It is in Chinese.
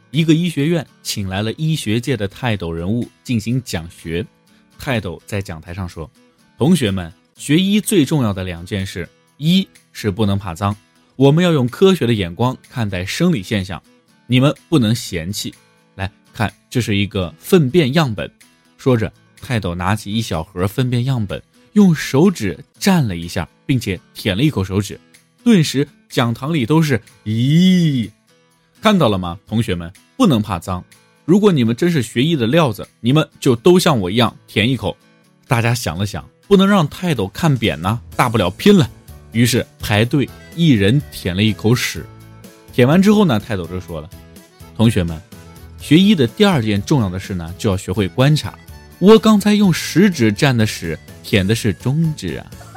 一个医学院请来了医学界的泰斗人物进行讲学。泰斗在讲台上说，同学们，学医最重要的2件事，一是不能怕脏，我们要用科学的眼光看待生理现象，你们不能嫌弃。来看，这是一个粪便样本。说着，泰斗拿起一小盒粪便样本，用手指蘸了一下，并且舔了一口手指，顿时讲堂里都是咦。看到了吗，同学们，不能怕脏。如果你们真是学医的料子，你们就都像我一样舔一口。大家想了想，不能让泰斗看扁呢，大不了拼了。于是排队，一人舔了一口屎。舔完之后呢，泰斗就说了，同学们，学医的第2件重要的事呢，就要学会观察。我刚才用食指蘸的屎，舔的是中指啊。